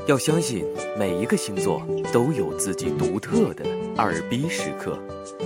要相信每一个星座都有自己独特的二逼时刻，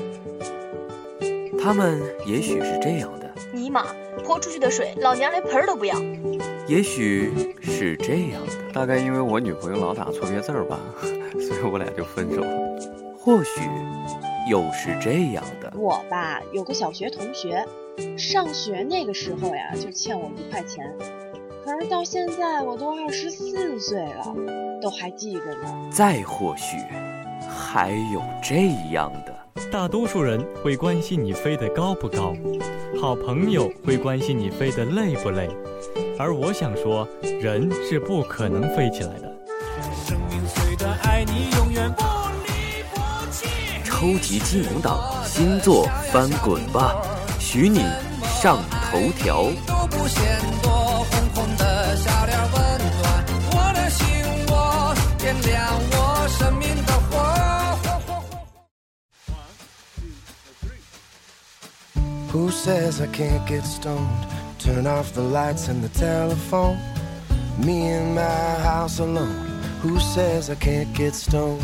他们也许是这样的： 尼玛，泼出去的水，老娘连盆都不要。 也许是这样的， 大概因为我女朋友老打错别字吧，所以我俩就分手了。 或许又是这样的， 我吧有个小学同学，上学那个时候呀就欠我1块钱，可是到现在我都24岁了，都还记着呢。 再或许还有这样的， 大多数人会关心你飞得高不高，好朋友会关心你飞得累不累，而我想说，人是不可能飞起来的。生命虽短，爱你永远不离不弃。 超级金融党星座翻滚吧，许你上头条。 都不嫌多，红红的笑脸温暖我的心窝，点亮我生命的火。Who says I can't get stoned? Turn off the lights and the telephone. Me in my house alone. Who says I can't get stoned?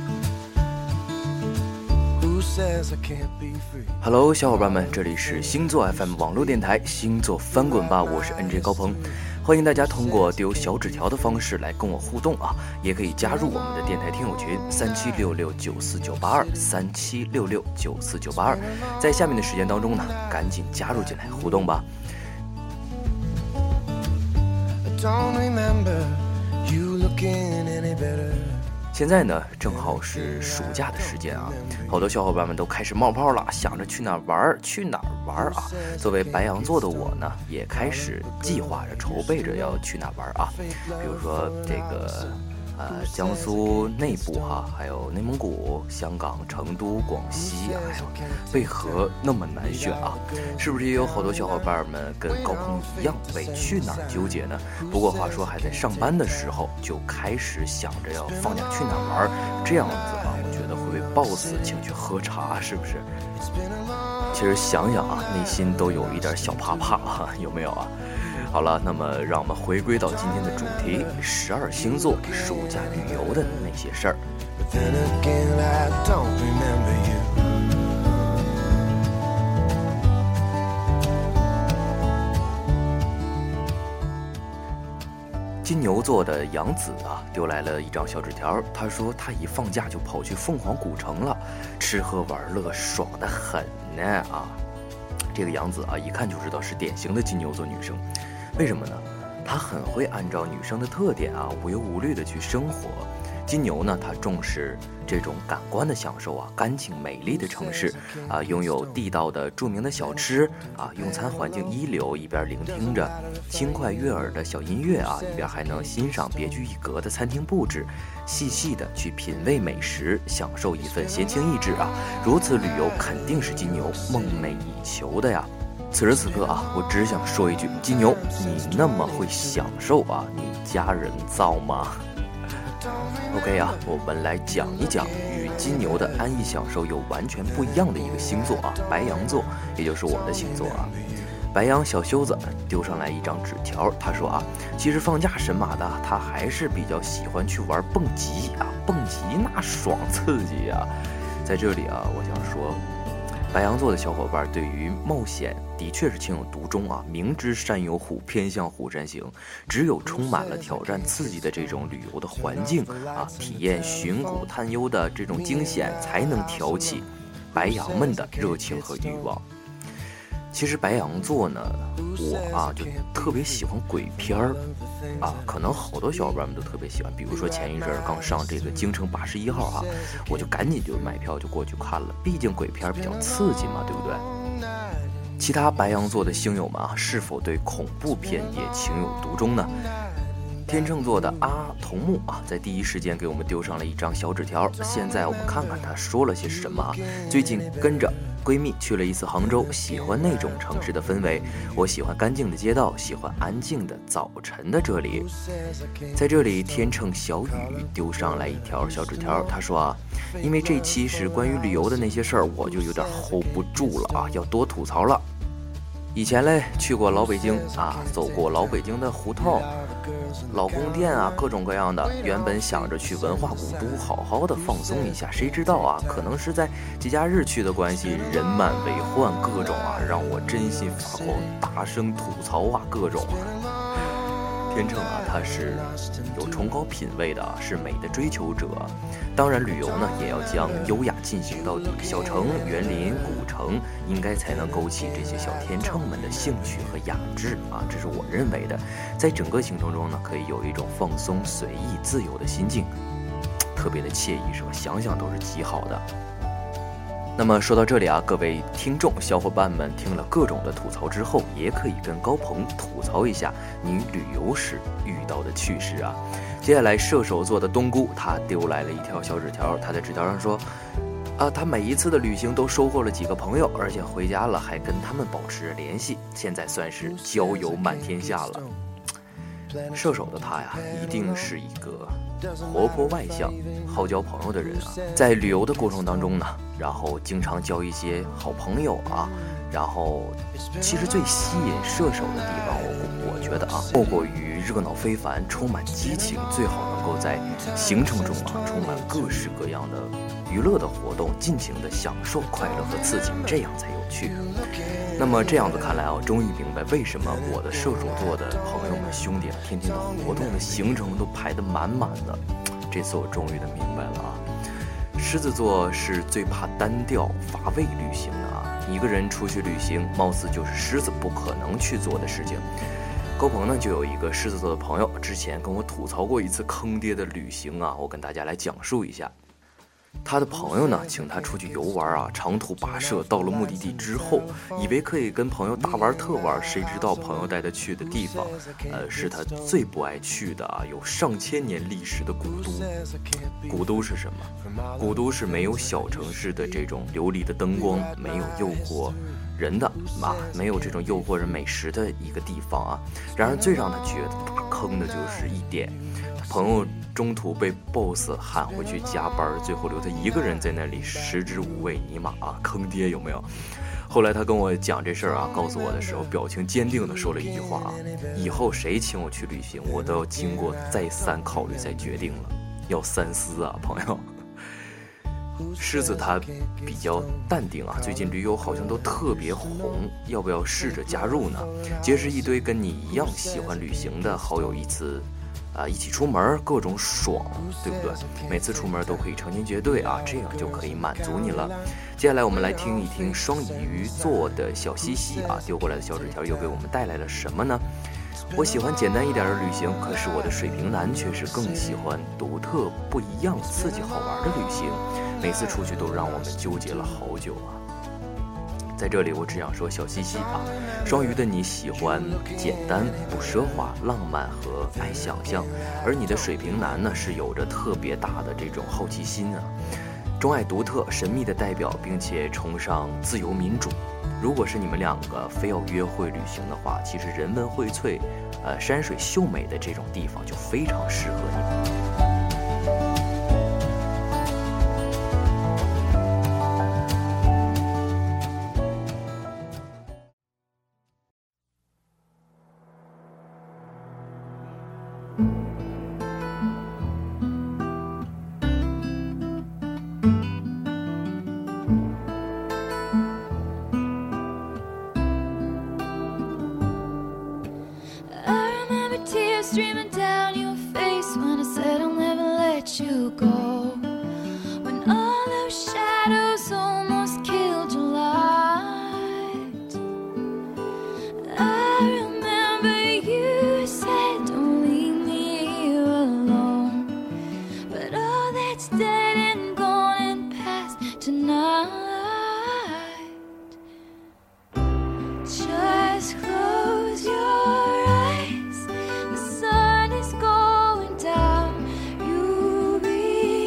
Who says I can't be free? Hello， 小伙伴们，这里是星座 FM 网络电台星座翻滚吧，我是 NJ 高鹏，欢迎大家通过丢小纸条的方式来跟我互动啊，也可以加入我们的电台听友群3766949237669492，在下面的时间当中呢，赶紧加入进来互动吧。现在呢，正好是暑假的时间啊，好多小伙伴们都开始冒泡了，想着去哪儿玩，去哪儿玩啊。作为白羊座的我呢，也开始计划着、筹备着要去哪儿玩啊。比如说这个江苏内部哈，还有内蒙古、香港、成都、广西，还有为何那么难选啊？是不是也有好多小伙伴们跟高鹏一样为去哪儿纠结呢？不过话说还在上班的时候就开始想着要放假去哪儿玩，这样子啊，我觉得会被 boss 请去喝茶，是不是？其实想想啊，内心都有一点小怕怕啊，有没有啊？好了，那么让我们回归到今天的主题，12星座暑假旅游的那些事儿。金牛座的杨子啊，丢来了一张小纸条，他说他一放假就跑去凤凰古城了，吃喝玩乐爽得很呢啊！这个杨子啊，一看就知道是典型的金牛座女生。为什么呢？她很会按照女生的特点啊，无忧无虑的去生活。金牛呢，他重视这种感官的享受啊，干净美丽的城市啊，拥有地道的著名的小吃啊，用餐环境一流，一边聆听着轻快悦耳的小音乐啊，一边还能欣赏别具一格的餐厅布置，细细的去品味美食，享受一份闲情逸致啊。如此旅游肯定是金牛梦寐以求的呀。此时此刻啊，我只想说一句，金牛，你那么会享受啊，你家人造吗？OK 啊，我们来讲一讲与金牛的安逸享受有完全不一样的一个星座啊，白羊座，也就是我的星座啊。白羊小修子丢上来一张纸条，他说啊，其实放假神马的，他还是比较喜欢去玩蹦极啊，蹦极那爽刺激啊。在这里啊，我想说，白羊座的小伙伴对于冒险的确是情有独钟啊，明知山有虎，偏向虎山行。只有充满了挑战刺激的这种旅游的环境啊，体验寻古探幽的这种惊险，才能挑起白羊们的热情和欲望。其实白羊座呢，我啊就特别喜欢鬼片儿啊，可能好多小伙伴们都特别喜欢。比如说前一阵刚上这个京城81号哈，我就赶紧就买票就过去看了，毕竟鬼片比较刺激嘛，对不对？其他白羊座的星友们啊，是否对恐怖片也情有独钟呢？天秤座的阿童木啊，在第一时间给我们丢上了一张小纸条。现在我们看看他说了些什么啊。最近跟着闺蜜去了一次杭州，喜欢那种城市的氛围。我喜欢干净的街道，喜欢安静的早晨的这里。在这里，天秤小雨丢上来一条小纸条，他说啊，因为这期是关于旅游的那些事儿，我就有点 hold 不住了啊，要多吐槽了。 以前嘞去过老北京啊，走过老北京的胡同、老宫殿啊，各种各样的。原本想着去文化古都好好的放松一下，谁知道啊，可能是在节假日去的关系，人满为患，各种啊让我真心发狂，大声吐槽啊，各种啊。天秤啊，他是有崇高品味的，是美的追求者。当然，旅游呢也要将优雅进行到底。小城、园林、古城，应该才能勾起这些小天秤们的兴趣和雅致啊，这是我认为的。在整个行程中呢，可以有一种放松、随意、自由的心境，特别的惬意，是吧？想想都是极好的。那么说到这里啊，各位听众小伙伴们听了各种的吐槽之后，也可以跟高鹏吐槽一下你旅游时遇到的趣事啊。接下来射手座的冬菇，他丢来了一条小纸条，他在纸条上说他每一次的旅行都收获了几个朋友，而且回家了还跟他们保持着联系，现在算是交友满天下了。射手的他呀，一定是一个活泼外向、好交朋友的人啊。在旅游的过程当中呢，然后经常交一些好朋友啊。然后，其实最吸引射手的地方，我觉得啊，莫过于热闹非凡、充满激情，最好能够在行程中啊，充满各式各样的娱乐的活动，尽情的享受快乐和刺激，这样才有趣。那么这样子看来啊，终于明白为什么我的射手座的朋友们兄弟啊，天天的活动的行程都排得满满的。这次我终于的明白了啊，狮子座是最怕单调乏味旅行的啊。一个人出去旅行，貌似就是狮子不可能去做的事情。高鹏呢，就有一个狮子座的朋友，之前跟我吐槽过一次坑爹的旅行啊，我跟大家来讲述一下。他的朋友呢，请他出去游玩啊，长途跋涉到了目的地之后，以为可以跟朋友大玩特玩，谁知道朋友带他去的地方，是他最不爱去的啊，有上千年历史的古都。古都是什么？古都是没有小城市的这种流离的灯光，没有诱惑人的啊，没有这种诱惑人美食的一个地方啊。然而最让他觉得大坑的就是一点，朋友中途被 boss 喊回去加班，最后留他一个人在那里食之无味，尼玛啊，坑爹有没有？后来他跟我讲这事儿啊，告诉我的时候，表情坚定地说了一句话啊：以后谁请我去旅行，我都要经过再三考虑再决定了，要三思啊，朋友。狮子他比较淡定啊，最近旅游好像都特别红，要不要试着加入呢？结识一堆跟你一样喜欢旅行的好友，一起出门，各种爽，对不对？每次出门都可以成群结队啊，这样就可以满足你了。接下来我们来听一听双鱼座的小西西啊丢过来的小纸条，又给我们带来了什么呢？我喜欢简单一点的旅行，可是我的水瓶男却是更喜欢独特、不一样、刺激、好玩的旅行。每次出去都让我们纠结了好久啊。在这里我只想说，小西西啊，双鱼的你喜欢简单不奢华、浪漫和爱想象，而你的水瓶男呢是有着特别大的这种好奇心啊，钟爱独特、神秘的代表，并且崇尚自由民主。如果是你们两个非要约会旅行的话，其实人文荟萃、山水秀美的这种地方就非常适合你们。 Streaming down your face when I said I'll never let you go. When all those shadows almost killed your light, I remember you said don't leave me here alone. But all that's dead and gone and past tonight. Just close your eyes. The sun is going down. You'll be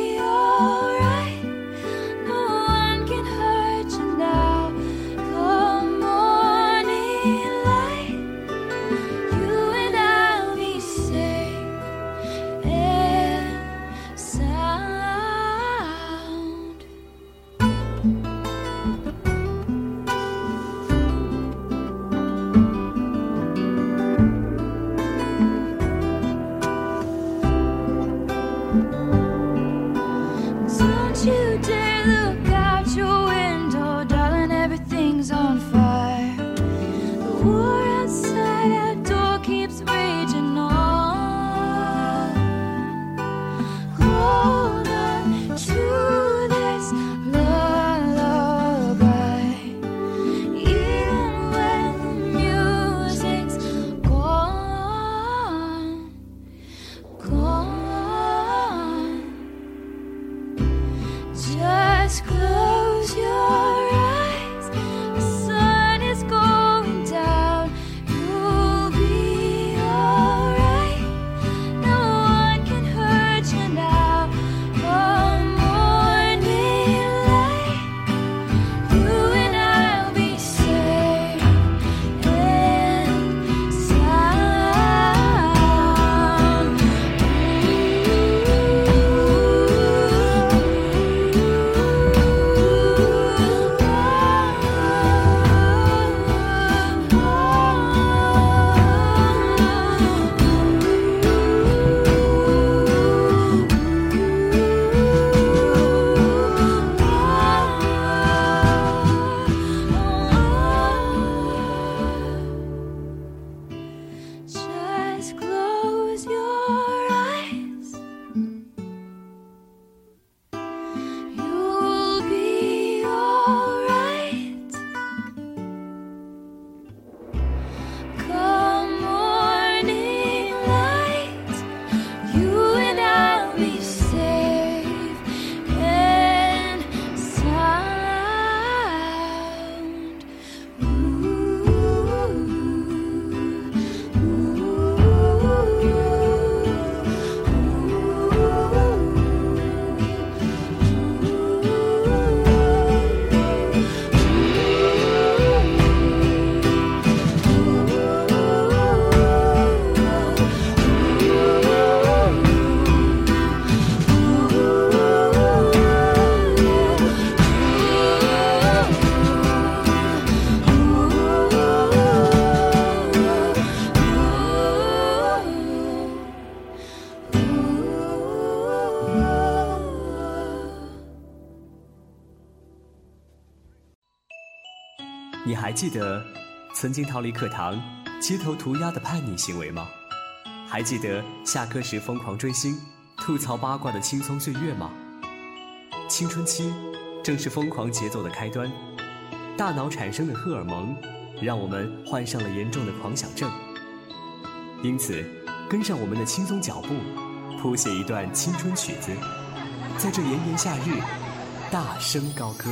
你还记得曾经逃离课堂街头涂鸦的叛逆行为吗？还记得下课时疯狂追星吐槽八卦的轻松岁月吗？青春期正是疯狂节奏的开端，大脑产生的荷尔蒙让我们患上了严重的狂想症。因此跟上我们的轻松脚步，谱写一段青春曲子，在这炎炎夏日大声高歌。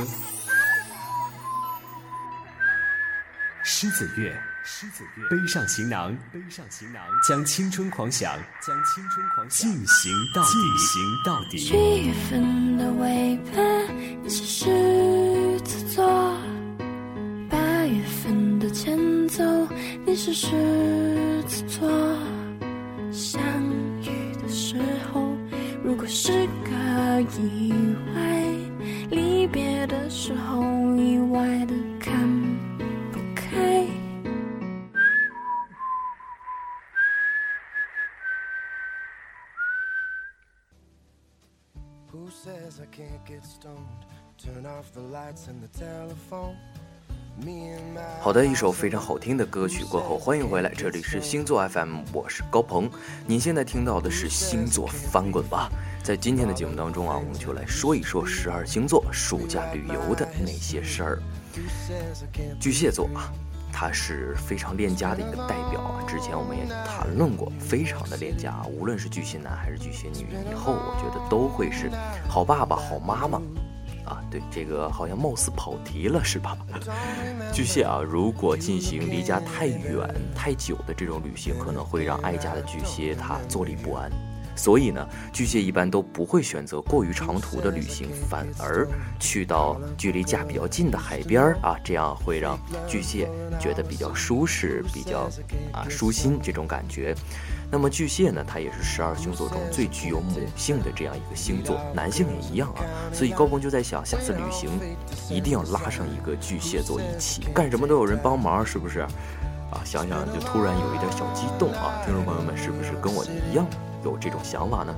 狮子乐，背上行囊，将青春狂想进行到底。 7月份的尾巴，你是狮子座；8月份的前奏，你是狮子座。相遇的时候，如果是个意外，离别的时候，意外的看不开。 Who says I can't get stoned? Turn off the lights and the telephone. 好的，一首非常好听的歌曲过后，欢迎回来，这里是星座 FM， 我是高鹏。您现在听到的是星座翻滚吧。在今天的节目当中啊，我们就来说一说12星座暑假旅游的那些事儿。巨蟹座啊，它是非常恋家的一个代表啊。之前我们也谈论过，非常的恋家，无论是巨蟹男还是巨蟹女，以后我觉得都会是好爸爸、好妈妈。啊，对，这个好像貌似跑题了，是吧？巨蟹啊，如果进行离家太远、太久的这种旅行，可能会让爱家的巨蟹他坐立不安。所以呢，巨蟹一般都不会选择过于长途的旅行，反而去到距离家比较近的海边啊，这样会让巨蟹觉得比较舒适、比较舒心这种感觉。那么巨蟹呢，它也是12星座中最具有母性的这样一个星座，男性也一样啊。所以高鹏就在想，下次旅行一定要拉上一个巨蟹座一起，干什么都有人帮忙，是不是？啊，想想就突然有一点小激动啊！听众朋友们，是不是跟我一样有这种想法呢？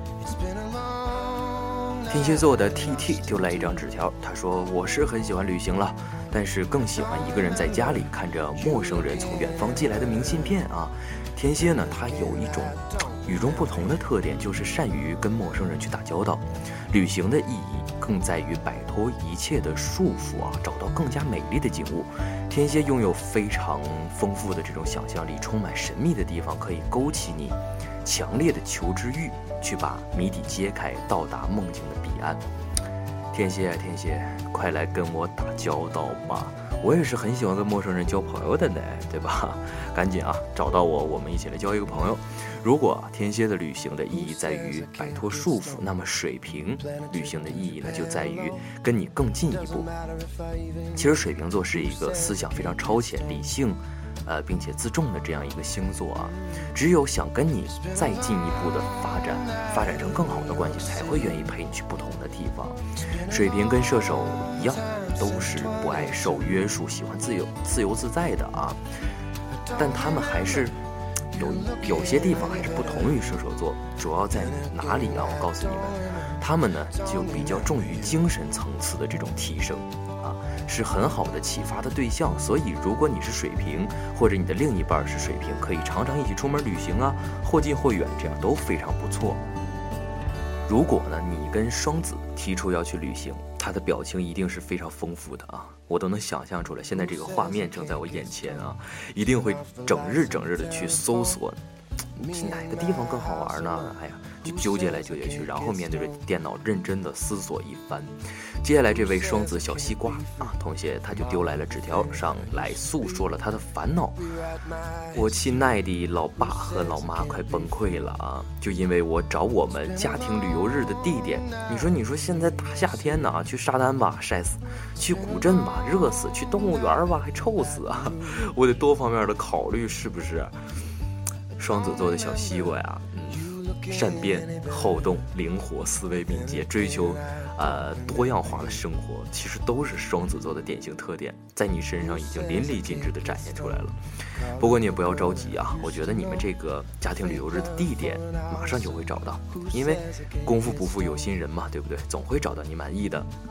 天蝎座的 TT 丢来一张纸条，他说：“我是很喜欢旅行了，但是更喜欢一个人在家里看着陌生人从远方寄来的明信片啊。”天蝎呢，它有一种与众不同的特点，就是善于跟陌生人去打交道。旅行的意义更在于摆脱一切的束缚啊，找到更加美丽的景物。天蝎拥有非常丰富的这种想象力，充满神秘的地方可以勾起你强烈的求知欲，去把谜底揭开，到达梦境的彼岸。天蝎啊，天蝎，快来跟我打交道吧！我也是很喜欢跟陌生人交朋友的呢，对吧？赶紧啊，找到我，我们一起来交一个朋友。如果天蝎的旅行的意义在于摆脱束缚，那么水瓶旅行的意义呢，就在于跟你更进一步。其实水瓶座是一个思想非常超前、理性，并且自重的这样一个星座啊。只有想跟你再进一步的发展成更好的关系，才会愿意陪你去不同的地方。水瓶跟射手一样，都是不爱受约束，喜欢自由自在的啊。但他们还是有些地方还是不同于射手座，主要在哪里啊？我告诉你们，他们呢就比较重于精神层次的这种提升啊，是很好的启发的对象。所以如果你是水瓶，或者你的另一半是水瓶，可以常常一起出门旅行啊，或近或远，这样都非常不错。如果呢，你跟双子提出要去旅行，他的表情一定是非常丰富的啊，我都能想象出来。现在这个画面正在我眼前啊，一定会整日的去搜索哪个地方更好玩呢？哎呀，就纠结来纠结去，然后面对着电脑认真的思索一番。接下来这位双子小西瓜啊同学，他就丢来了纸条，上来诉说了他的烦恼。我亲爱的老爸和老妈快崩溃了啊！就因为我找我们家庭旅游日的地点，你说现在大夏天呢，去沙滩吧晒死，去古镇吧热死，去动物园吧还臭死啊！我得多方面的考虑，是不是？双子座的小西瓜呀，善变、好动、灵活、思维敏捷，追求多样化的生活，其实都是双子座的典型特点，在你身上已经淋漓尽致地展现出来了。不过你也不要着急啊，我觉得你们这个家庭旅游日的地点马上就会找到，因为功夫不负有心人嘛，对不对？总会找到你满意的。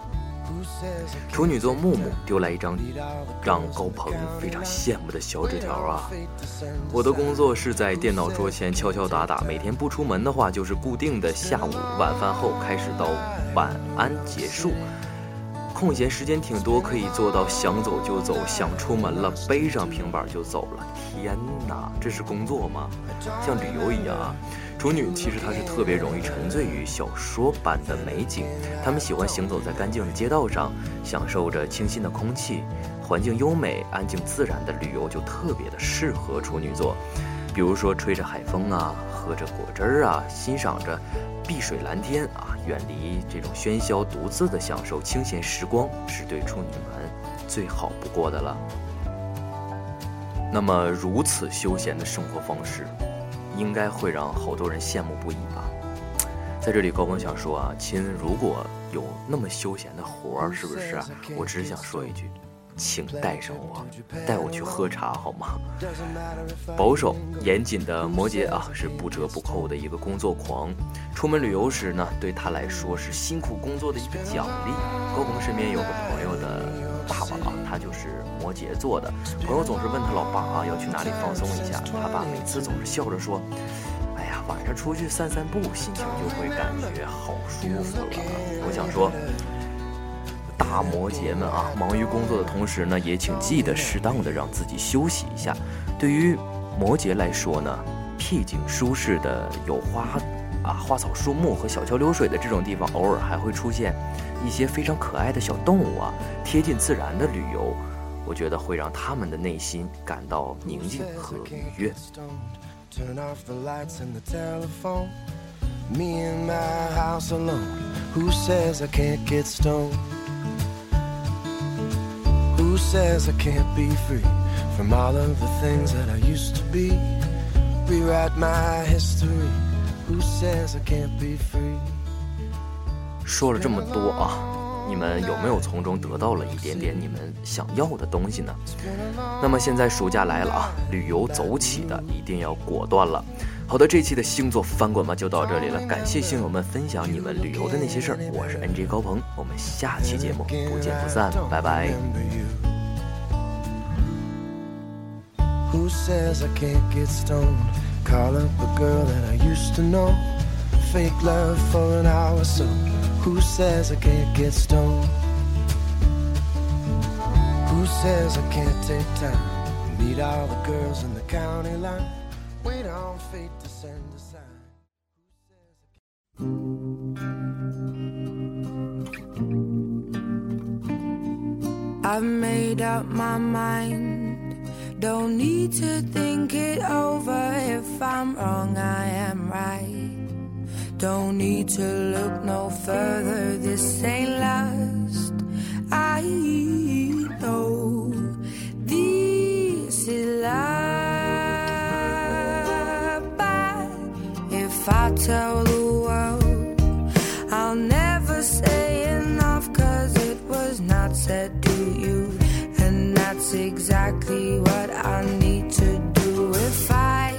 处女座木木丢来一张让高鹏非常羡慕的小纸条啊！我的工作是在电脑桌前敲敲打打，每天不出门的话，就是固定的下午晚饭后开始到晚安结束。空闲时间挺多，可以做到想走就走，想出门了背上平板就走了。天哪，这是工作吗？像旅游一样啊！处女其实她是特别容易沉醉于小说般的美景，她们喜欢行走在干净的街道上，享受着清新的空气，环境优美、安静自然的旅游就特别的适合处女座。比如说吹着海风啊，喝着果汁儿啊，欣赏着碧水蓝天啊，远离这种喧嚣，独自的享受清闲时光，是对处女们最好不过的了。那么如此休闲的生活方式，应该会让好多人羡慕不已吧。在这里高鹏想说啊，亲，如果有那么休闲的活儿，是不是啊？我只想说一句，请带上我，带我去喝茶好吗？保守严谨的摩羯啊，是不折不扣的一个工作狂。出门旅游时呢，对他来说是辛苦工作的一个奖励。高鹏身边有个朋友的爸爸啊，他就是摩羯座的。朋友总是问他老爸啊要去哪里放松一下，他爸每次总是笑着说：“哎呀，晚上出去散散步，心情就会感觉好舒服了。”我想说，大摩羯们啊，忙于工作的同时呢，也请记得适当的让自己休息一下。对于摩羯来说呢，僻静舒适的有花草树木和小桥流水的这种地方，偶尔还会出现一些非常可爱的小动物啊，贴近自然的旅游，我觉得会让他们的内心感到宁静和愉悦。 Turn off the lights and the telephone. Me in my house alone. Who says I can't get stoned? Who says I can't be free from all of the things that I used to be? Rewrite my history. Who says I can't be free? 说了这么多啊，你们有没有从中得到了一点点你们想要的东西呢？那么现在暑假来了啊，旅游走起的一定要果断了。好的，这期的星座翻滚吧就到这里了，感谢星友们分享你们旅游的那些事儿。我是 NJ 高鹏，我们下期节目不见不散，拜拜。 Who says I can't get stoned? Call up a girl that I used to know. Fake love for an hour or so. Who says I can't get stoned? Who says I can't take time and meet all the girls in the county line? Wait on fate to send a sign. I've made up my mind. Don't need to think it over. If I'm wrong, I am right. Don't need to look no further. This ain't last. I know this is love. But if I tell the world, I'll never say enough, 'cause it was not said to you. And that's exactly what I need to do if I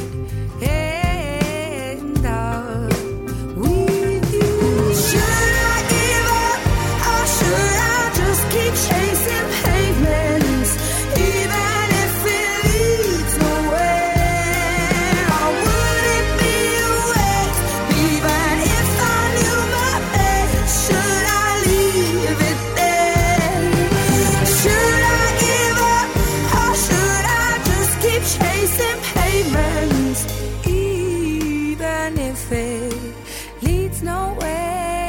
end up with you. Should I give up, or should I just keep chasing pavements, even if it leads nowhere? Or would it be a waste, even if I knew my best? Should I leave it there? Should I give up, or should I just keep chasing pavements, even if it leads nowhere?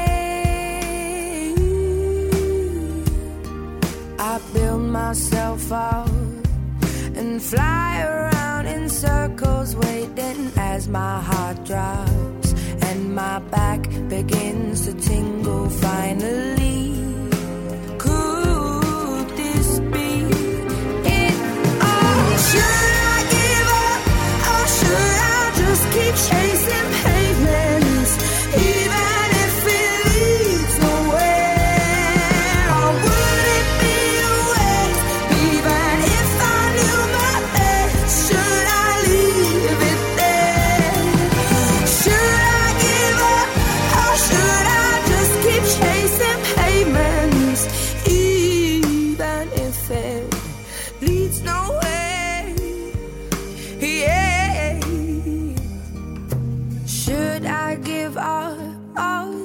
I build myself up and fly around in circles, waiting as my heart drops and my back begins to tingle. Finally, could this be it all? Should I give up, or should I just keep chasing pavements, even if it leads nowhere? Or would it be a waste, even if I knew my best? Should I leave it there? Should I give up, or should I just keep chasing pavements?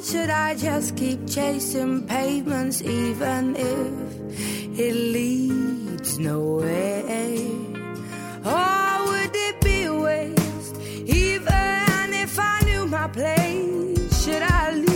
should I just keep chasing pavements even if it leads nowhere? Or would it be a waste even if I knew my place? Should I leave